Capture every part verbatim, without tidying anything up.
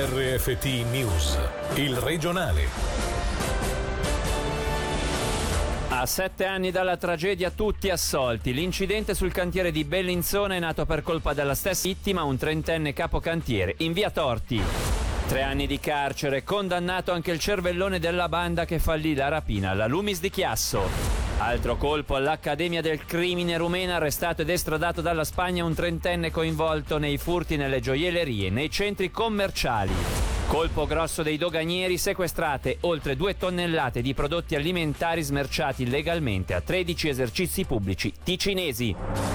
R F T News, il regionale. A sette anni dalla tragedia, tutti assolti. L'incidente sul cantiere di Bellinzona è nato per colpa della stessa vittima, un trentenne capocantiere, in via Torti. Tre anni di carcere, condannato anche il cervellone della banda che fallì la rapina alla Lumis di Chiasso. Altro colpo all'Accademia del Crimine rumena, arrestato ed estradato dalla Spagna un trentenne coinvolto nei furti nelle gioiellerie, nei centri commerciali. Colpo grosso dei doganieri, sequestrate oltre due tonnellate di prodotti alimentari smerciati illegalmente a tredici esercizi pubblici ticinesi.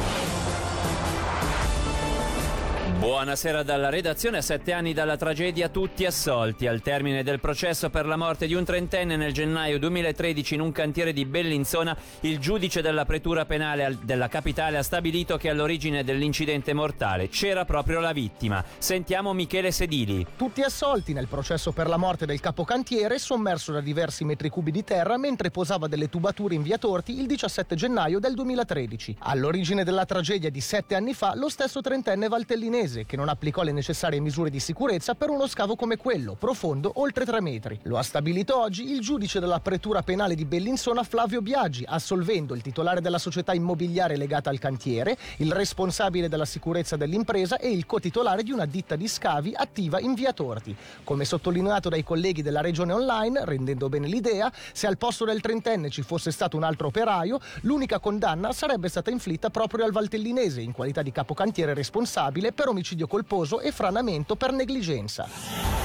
Buonasera dalla redazione. A sette anni dalla tragedia, tutti assolti. Al termine del processo per la morte di un trentenne nel gennaio duemilatredici in un cantiere di Bellinzona, il giudice della pretura penale della capitale ha stabilito che all'origine dell'incidente mortale c'era proprio la vittima. Sentiamo Michele Sedili. Tutti assolti nel processo per la morte del capocantiere, sommerso da diversi metri cubi di terra mentre posava delle tubature in via Torti il diciassette gennaio del duemilatredici. All'origine della tragedia di sette anni fa, lo stesso trentenne valtellinese, che non applicò le necessarie misure di sicurezza per uno scavo come quello, profondo oltre tre metri. Lo ha stabilito oggi il giudice della pretura penale di Bellinzona Flavio Biagi, assolvendo il titolare della società immobiliare legata al cantiere, il responsabile della sicurezza dell'impresa e il cotitolare di una ditta di scavi attiva in via Torti. Come sottolineato dai colleghi della Regione Online, rendendo bene l'idea, se al posto del trentenne ci fosse stato un altro operaio, l'unica condanna sarebbe stata inflitta proprio al valtellinese in qualità di capocantiere responsabile per omicidio colposo e franamento per negligenza.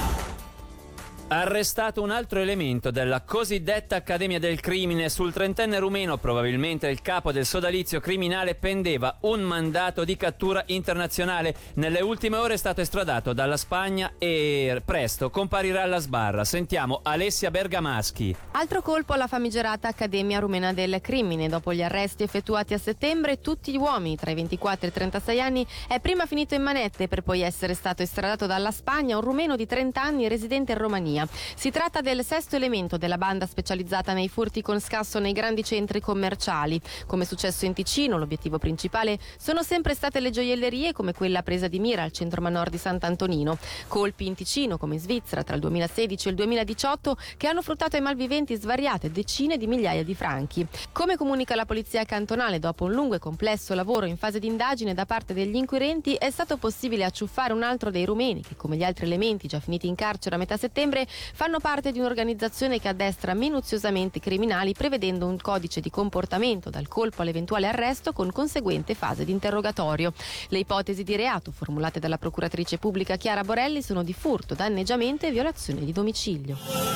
Arrestato un altro elemento della cosiddetta Accademia del Crimine. Sul trentenne rumeno, probabilmente il capo del sodalizio criminale, pendeva un mandato di cattura internazionale. Nelle ultime ore è stato estradato dalla Spagna e presto comparirà alla sbarra. Sentiamo Alessia Bergamaschi. Altro colpo alla famigerata Accademia rumena del Crimine. Dopo gli arresti effettuati a settembre, tutti gli uomini tra i ventiquattro e i trentasei anni è prima finito in manette per poi essere stato estradato dalla Spagna un rumeno di trenta anni residente in Romania. Si tratta del sesto elemento della banda specializzata nei furti con scasso nei grandi centri commerciali. Come è successo in Ticino, l'obiettivo principale sono sempre state le gioiellerie come quella presa di mira al centro Manor di Sant'Antonino. Colpi in Ticino come in Svizzera tra il duemilasedici e il duemiladiciotto che hanno fruttato ai malviventi svariate decine di migliaia di franchi. Come comunica la polizia cantonale, dopo un lungo e complesso lavoro in fase di indagine da parte degli inquirenti, è stato possibile acciuffare un altro dei rumeni che, come gli altri elementi già finiti in carcere a metà settembre, fanno parte di un'organizzazione che addestra minuziosamente i criminali, prevedendo un codice di comportamento dal colpo all'eventuale arresto con conseguente fase di interrogatorio. Le ipotesi di reato formulate dalla procuratrice pubblica Chiara Borelli sono di furto, danneggiamento e violazione di domicilio.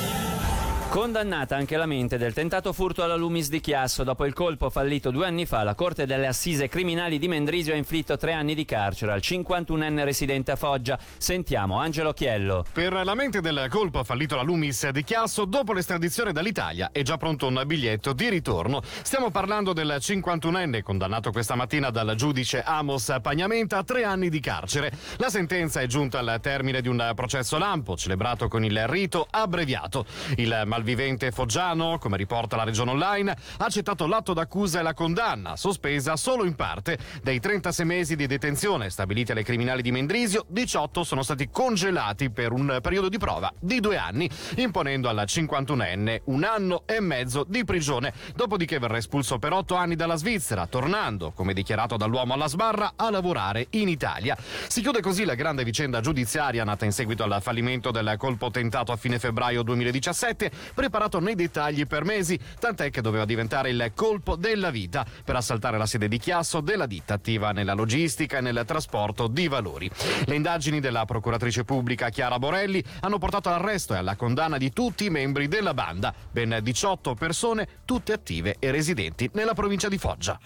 Condannata anche la mente del tentato furto alla Lumis di Chiasso. Dopo il colpo fallito due anni fa, la Corte delle Assise Criminali di Mendrisio ha inflitto tre anni di carcere al cinquantunenne residente a Foggia. Sentiamo Angelo Chiello. Per la mente del colpo fallito alla Lumis di Chiasso, dopo l'estradizione dall'Italia è già pronto un biglietto di ritorno. Stiamo parlando del cinquantunenne condannato questa mattina dal giudice Amos Pagnamenta a tre anni di carcere. La sentenza è giunta al termine di un processo lampo, celebrato con il rito abbreviato. Il malvivente foggiano, come riporta la Regione Online, ha accettato l'atto d'accusa e la condanna, sospesa solo in parte. Dei trentasei mesi di detenzione stabiliti alle criminali di Mendrisio, diciotto sono stati congelati per un periodo di prova di due anni, imponendo al cinquantunenne un anno e mezzo di prigione, dopodiché verrà espulso per otto anni dalla Svizzera, tornando, come dichiarato dall'uomo alla sbarra, a lavorare in Italia. Si chiude così la grande vicenda giudiziaria nata in seguito al fallimento del colpo tentato a fine febbraio duemiladiciassette, preparato nei dettagli per mesi, tant'è che doveva diventare il colpo della vita per assaltare la sede di Chiasso della ditta attiva nella logistica e nel trasporto di valori. Le indagini della procuratrice pubblica Chiara Borelli hanno portato all'arresto e alla condanna di tutti i membri della banda, ben diciotto persone, tutte attive e residenti nella provincia di Foggia.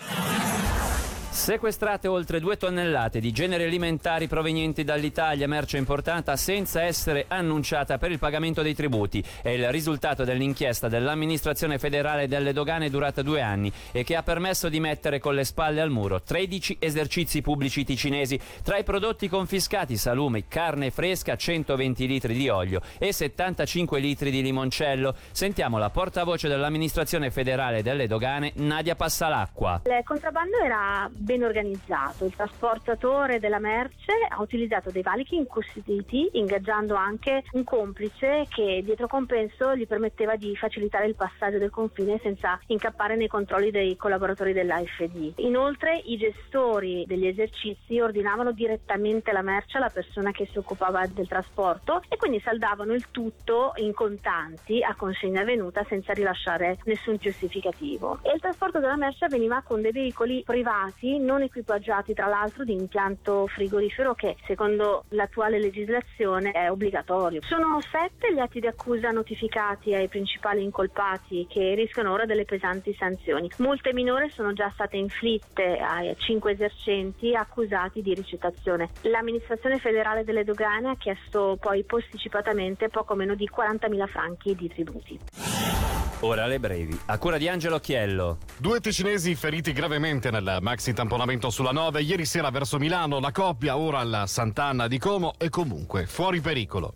Sequestrate oltre due tonnellate di generi alimentari provenienti dall'Italia, merce importata senza essere annunciata per il pagamento dei tributi. È il risultato dell'inchiesta dell'amministrazione federale delle dogane durata due anni e che ha permesso di mettere con le spalle al muro tredici esercizi pubblici ticinesi. Tra i prodotti confiscati salumi, carne fresca, centoventi litri di olio e settantacinque litri di limoncello. Sentiamo la portavoce dell'amministrazione federale delle dogane, Nadia Passalacqua. Il contrabbando era ben organizzato. Il trasportatore della merce ha utilizzato dei valichi incustoditi, ingaggiando anche un complice che dietro compenso gli permetteva di facilitare il passaggio del confine senza incappare nei controlli dei collaboratori dell'A F D. Inoltre i gestori degli esercizi ordinavano direttamente la merce alla persona che si occupava del trasporto e quindi saldavano il tutto in contanti a consegna venuta senza rilasciare nessun giustificativo. E il trasporto della merce avveniva con dei veicoli privati non equipaggiati tra l'altro di impianto frigorifero che secondo l'attuale legislazione è obbligatorio. Sono sette gli atti di accusa notificati ai principali incolpati che rischiano ora delle pesanti sanzioni. Multe minori sono già state inflitte ai cinque esercenti accusati di ricettazione. L'amministrazione federale delle dogane ha chiesto poi posticipatamente poco meno di quarantamila franchi di tributi. Ora le brevi, a cura di Angelo Chiello. Due ticinesi feriti gravemente nel maxi tamponamento sulla nove ieri sera verso Milano. La coppia ora alla Sant'Anna di Como e comunque fuori pericolo.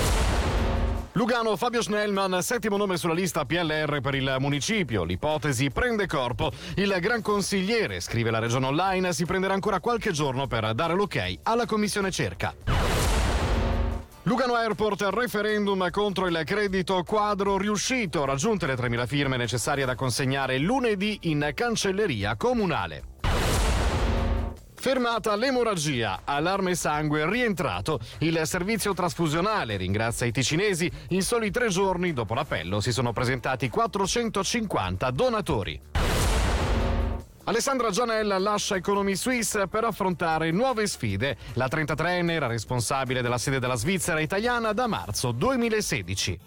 Lugano, Fabio Schnellman, settimo nome sulla lista P L R per il municipio. L'ipotesi prende corpo. Il gran consigliere, scrive la Regione Online, si prenderà ancora qualche giorno per dare l'ok alla commissione cerca. Lugano Airport, referendum contro il credito quadro riuscito. Raggiunte le tremila firme necessarie da consegnare lunedì in cancelleria comunale. Fermata l'emorragia, allarme sangue rientrato. Il servizio trasfusionale ringrazia i ticinesi. In soli tre giorni dopo l'appello si sono presentati quattrocentocinquanta donatori. Alessandra Gianella lascia Economy Suisse per affrontare nuove sfide. La trentatreenne era responsabile della sede della Svizzera italiana da marzo duemilasedici.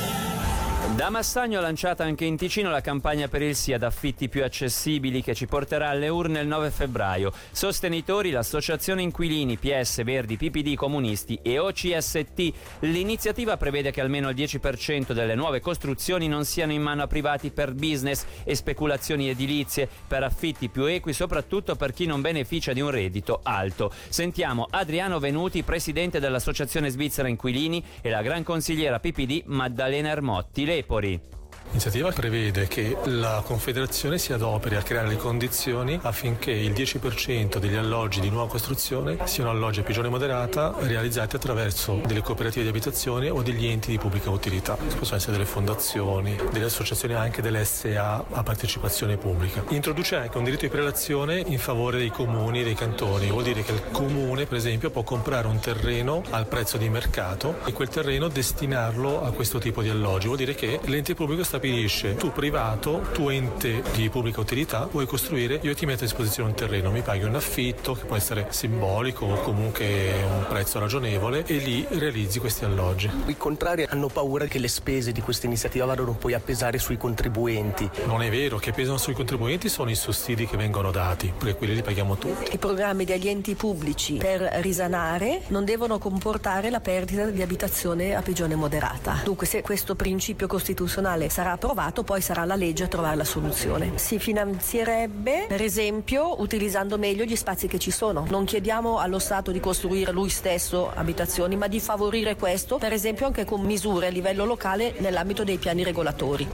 Da Massagno lanciata anche in Ticino la campagna per il sì ad affitti più accessibili che ci porterà alle urne il nove febbraio. Sostenitori l'Associazione Inquilini, P S, Verdi, P P D, Comunisti e O C S T. L'iniziativa prevede che almeno il dieci per cento delle nuove costruzioni non siano in mano a privati per business e speculazioni edilizie, per affitti più equi soprattutto per chi non beneficia di un reddito alto. Sentiamo Adriano Venuti, presidente dell'Associazione Svizzera Inquilini, e la gran consigliera P P D Maddalena Ermotti. Lepori. L'iniziativa prevede che la Confederazione si adoperi a creare le condizioni affinché il dieci per cento degli alloggi di nuova costruzione siano alloggi a pigione moderata realizzati attraverso delle cooperative di abitazione o degli enti di pubblica utilità. Possono essere delle fondazioni, delle associazioni, anche delle S A a partecipazione pubblica. Introduce anche un diritto di prelazione in favore dei comuni e dei cantoni. Vuol dire che il comune, per esempio, può comprare un terreno al prezzo di mercato e quel terreno destinarlo a questo tipo di alloggi. Vuol dire che l'ente pubblico sta stabilisce: tu privato, tu ente di pubblica utilità, vuoi costruire, io ti metto a disposizione un terreno, mi paghi un affitto che può essere simbolico o comunque un prezzo ragionevole e lì realizzi questi alloggi. I contrari hanno paura che le spese di questa iniziativa vadano poi a pesare sui contribuenti. Non è vero, che pesano sui contribuenti sono i sussidi che vengono dati, perché quelli li paghiamo tutti. I programmi degli enti pubblici per risanare non devono comportare la perdita di abitazione a pigione moderata. Dunque, se questo principio costituzionale sarà approvato, poi sarà la legge a trovare la soluzione. Si finanzierebbe, per esempio, utilizzando meglio gli spazi che ci sono. Non chiediamo allo Stato di costruire lui stesso abitazioni, ma di favorire questo, per esempio anche con misure a livello locale nell'ambito dei piani regolatori.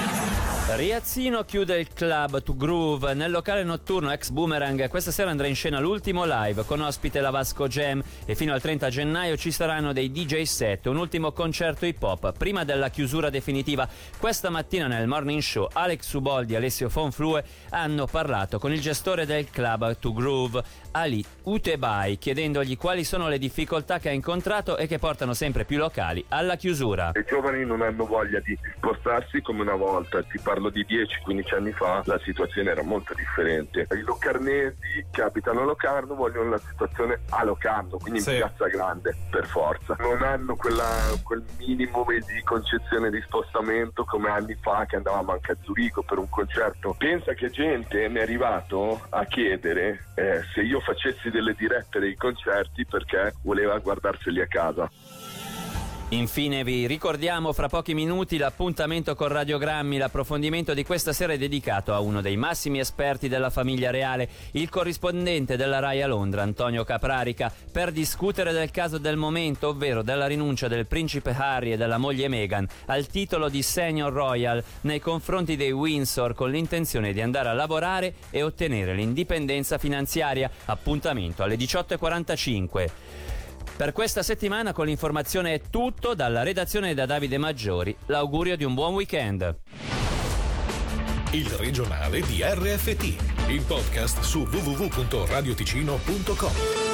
Riazzino chiude il club To Groove. Nel locale notturno ex Boomerang questa sera andrà in scena l'ultimo live con ospite la Vasco Jam e fino al trenta gennaio ci saranno dei D J set, un ultimo concerto hip hop prima della chiusura definitiva. Questa mattina nel morning show Alex Uboldi e Alessio Fonflue hanno parlato con il gestore del club To Groove, Ali Utebai, chiedendogli quali sono le difficoltà che ha incontrato e che portano sempre più locali alla chiusura. I giovani non hanno voglia di spostarsi come una volta, ti parlo di dieci quindici anni fa, la situazione era molto differente. I locarnesi che abitano a Locarno vogliono la situazione a Locarno, quindi in sì. Piazza Grande per forza. Non hanno quella, quel minimo di concezione di spostamento come anni fa che andavamo anche a Zurigo per un concerto. Pensa che gente mi è arrivato a chiedere eh, se io facessi delle dirette dei concerti perché voleva guardarseli a casa. Infine vi ricordiamo fra pochi minuti l'appuntamento con Radiogrammi, l'approfondimento di questa sera è dedicato a uno dei massimi esperti della famiglia reale, il corrispondente della Rai a Londra, Antonio Caprarica, per discutere del caso del momento, ovvero della rinuncia del principe Harry e della moglie Meghan al titolo di Senior Royal nei confronti dei Windsor, con l'intenzione di andare a lavorare e ottenere l'indipendenza finanziaria. Appuntamento alle diciotto e quarantacinque. Per questa settimana con l'informazione è tutto, dalla redazione da Davide Maggiori. L'augurio di un buon weekend. Il regionale di R F T, il podcast su w w w punto radioticino punto com.